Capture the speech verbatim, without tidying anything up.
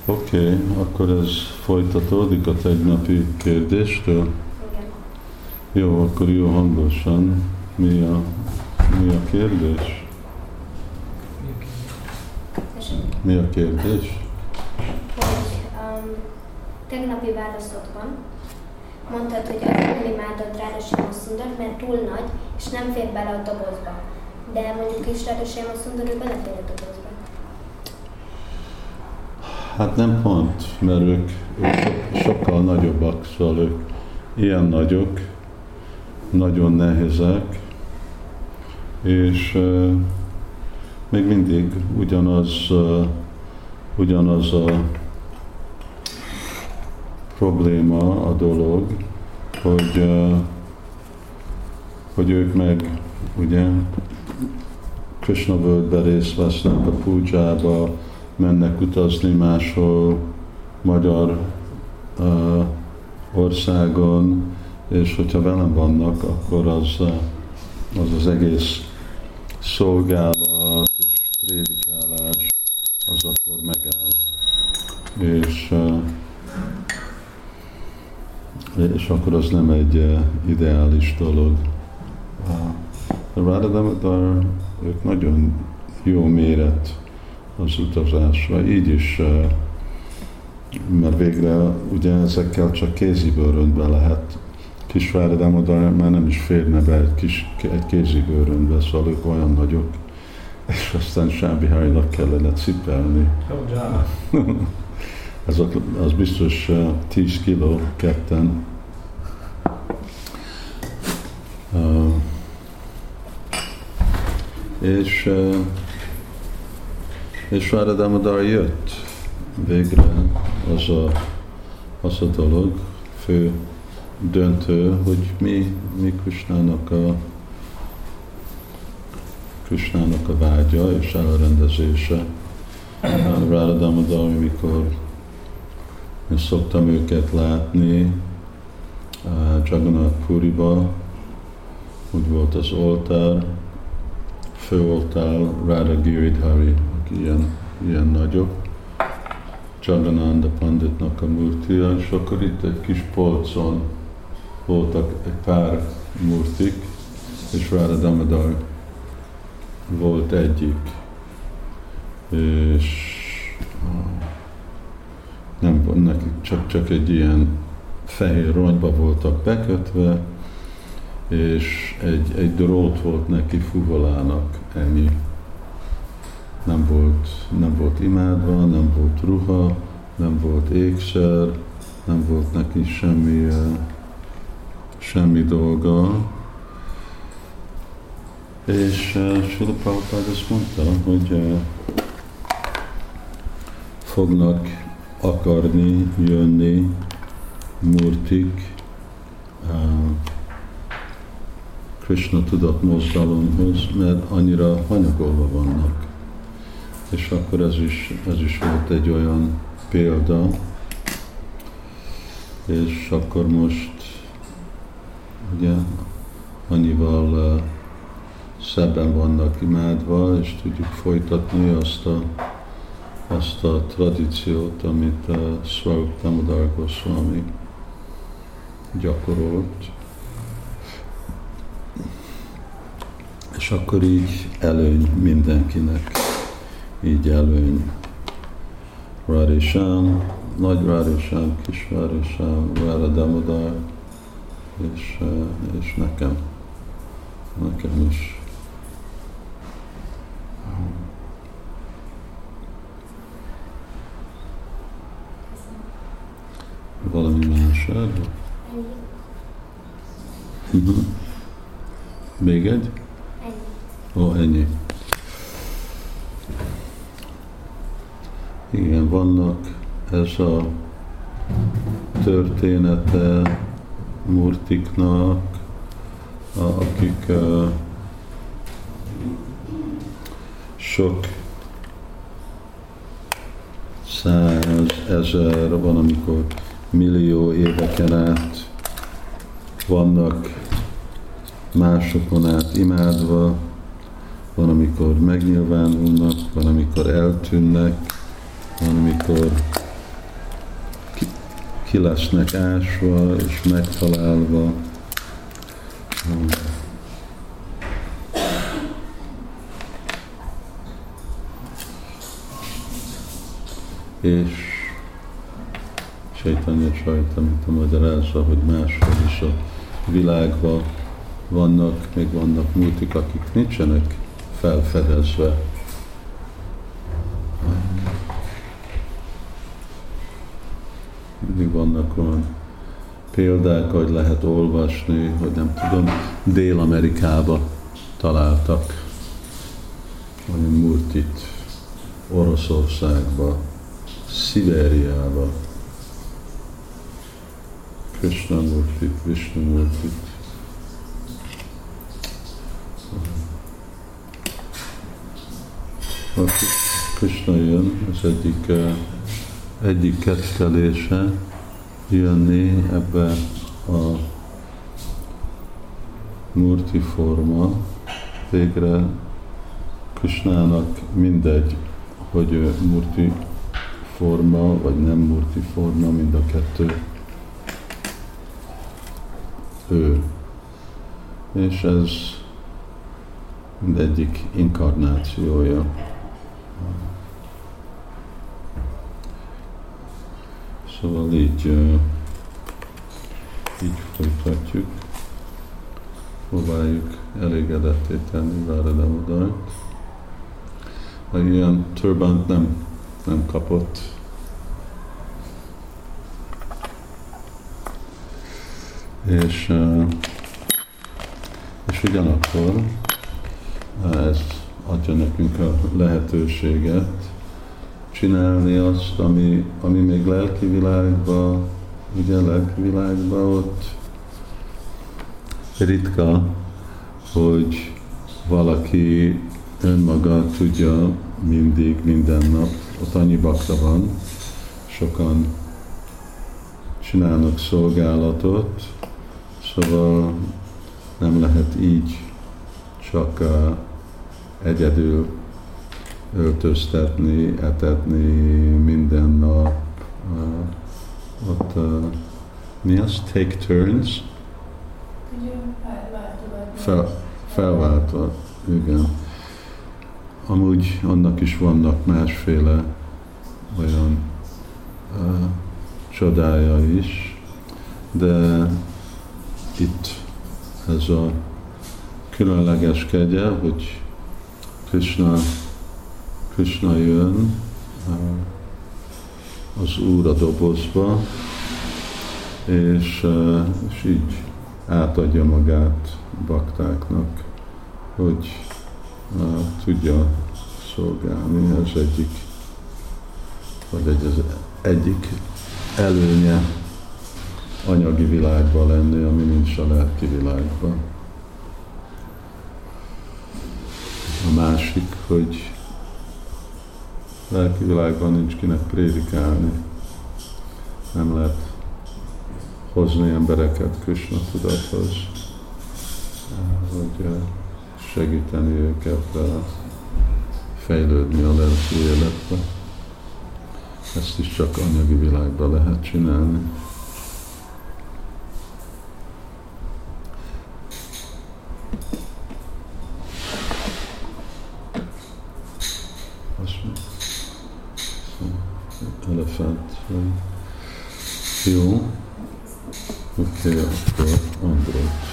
Oké, okay, akkor ez folytatódik a tegnapi kérdéstől. Igen. Jó, akkor jó hangosan. Mi a, mi a kérdés? Mi a kérdés? Hogy um, tegnapi válaszodban mondtad, hogy azért nem imádod Ráda Séma Szundart, mert túl nagy, és nem fér bele a dobozba. De mondjuk is Ráda Séma Szundar, ő belefér a dobozba. Hát nem pont, mert ők, ők so, sokkal nagyobbak, szóval ők ilyen nagyok, nagyon nehezek, és uh, még mindig ugyanaz, uh, ugyanaz a probléma, a dolog, hogy, uh, hogy ők meg ugye Krishna völgybe részt vesznek a púdzsába, mennek utazni máshol, magyar uh, országon, és hogyha velem vannak, akkor az uh, az, az egész szolgálat és prédikálás, az akkor megáll. És, uh, és akkor az nem egy uh, ideális dolog. Uh, Radha Damodar, ők nagyon jó méret az utazásra, így is, mert végre ugye ezekkel csak kézibőröntbe lehet. Kis Radha Damodar már nem is férne be egy, kis, egy kézibőröntbe, szóval ők olyan nagyok, és aztán Sábi Harinak kellene cipelni. Ez az biztos tíz kiló ketten. Uh, és uh, És Radha Damodar jött végre, az a, az a dolog, fő döntő, hogy mi, mi Krishnának a, Krishnának a vágya és elrendezése. Radha Damodar, mikor én szoktam őket látni uh, Jagannath Puriba, úgy volt az oltár, főoltár Radha Giridhari, ilyen, ilyen nagyok, Jagannanda Panditnak a murtia, és akkor itt egy kis polcon voltak egy pár murtik, és Radha Damodar volt egyik, és nem nekik csak, csak egy ilyen fehér rongyba voltak bekötve, és egy, egy drót volt neki fuvolának, ennyi. Nem volt, nem volt imádva, nem volt ruha, nem volt ékszer, nem volt neki semmi, semmi dolga. És uh, Srila Prabhupád azt mondta, hogy uh, fognak akarni jönni murtik uh, Krishna tudat mozdalomhoz, mert annyira hanyagolva vannak. És akkor ez is, ez is volt egy olyan példa, és akkor most ugye annyival uh, szebben vannak imádva, és tudjuk folytatni azt a, azt a tradíciót, amit uh, Swarup Damodar Goswami gyakorolt. És akkor így előny mindenkinek. Így előny. Radha-sám, nagy Radha-sám, kis Radha-sám, Radha Damodar, és, és nekem. Nekem is. Valami más erre? Uh-huh. Még egy? Ennyi. Ó, ennyi. Igen, vannak ez a története murtiknak, akik uh, sok száz, ezer, van amikor millió éveken át vannak másokon át imádva, van amikor megnyilvánulnak, van amikor eltűnnek, van amikor ki lesznek ásva és megtalálva. És Chaitanya Charitamrita magyarázza, hogy máshol is a világban vannak, még vannak multik, akik nincsenek felfedezve. Mindig vannak olyan példák, hogy lehet olvasni, hogy nem tudom, Dél-Amerikába találtak olyan multit, Oroszországba, Szibériába, Krishna Murtit, Vishnu Murtit. Ha Krishna jön, az egyik, egyik kettelése jönni ebbe a Murti forma, végre Krishnának mindegy, hogy Murti forma, vagy nem Murti forma, mind a kettő ő. És ez mindegyik inkarnációja. Szóval így, így folytatjuk. Próbáljuk elégedetté tenni Váradamodárt. Ilyen turbánt nem, nem kapott. És, és ugyanakkor ez adja nekünk a lehetőséget csinálni azt, ami, ami még lelki világban, ugye lelki világban ott ritka, hogy valaki önmaga tudja mindig, minden nap, ott annyi bakta van, sokan csinálnak szolgálatot, szóval nem lehet így csak uh, egyedül öltöztetni, etetni minden nap. Uh, ott uh, mi az? Take turns? Fel, felváltva, igen. Amúgy annak is vannak másféle olyan uh, csodája is, de itt ez a különleges kegye, hogy Krishna, Krishna jön az Úr a dobozba, és, és így átadja magát baktáknak, hogy tudja szolgálni. Ez egyik, vagy egy, az egyik előnye anyagi világban lenni, ami nincs a lelki világban. A másik, hogy lelki világban nincs kinek prédikálni. Nem lehet hozni embereket Krishna tudathoz, hogy segíteni őket fejlődni a lelki életbe. Ezt is csak anyagi világban lehet csinálni. Elefánt. Jó. Oké, okay, akkor André.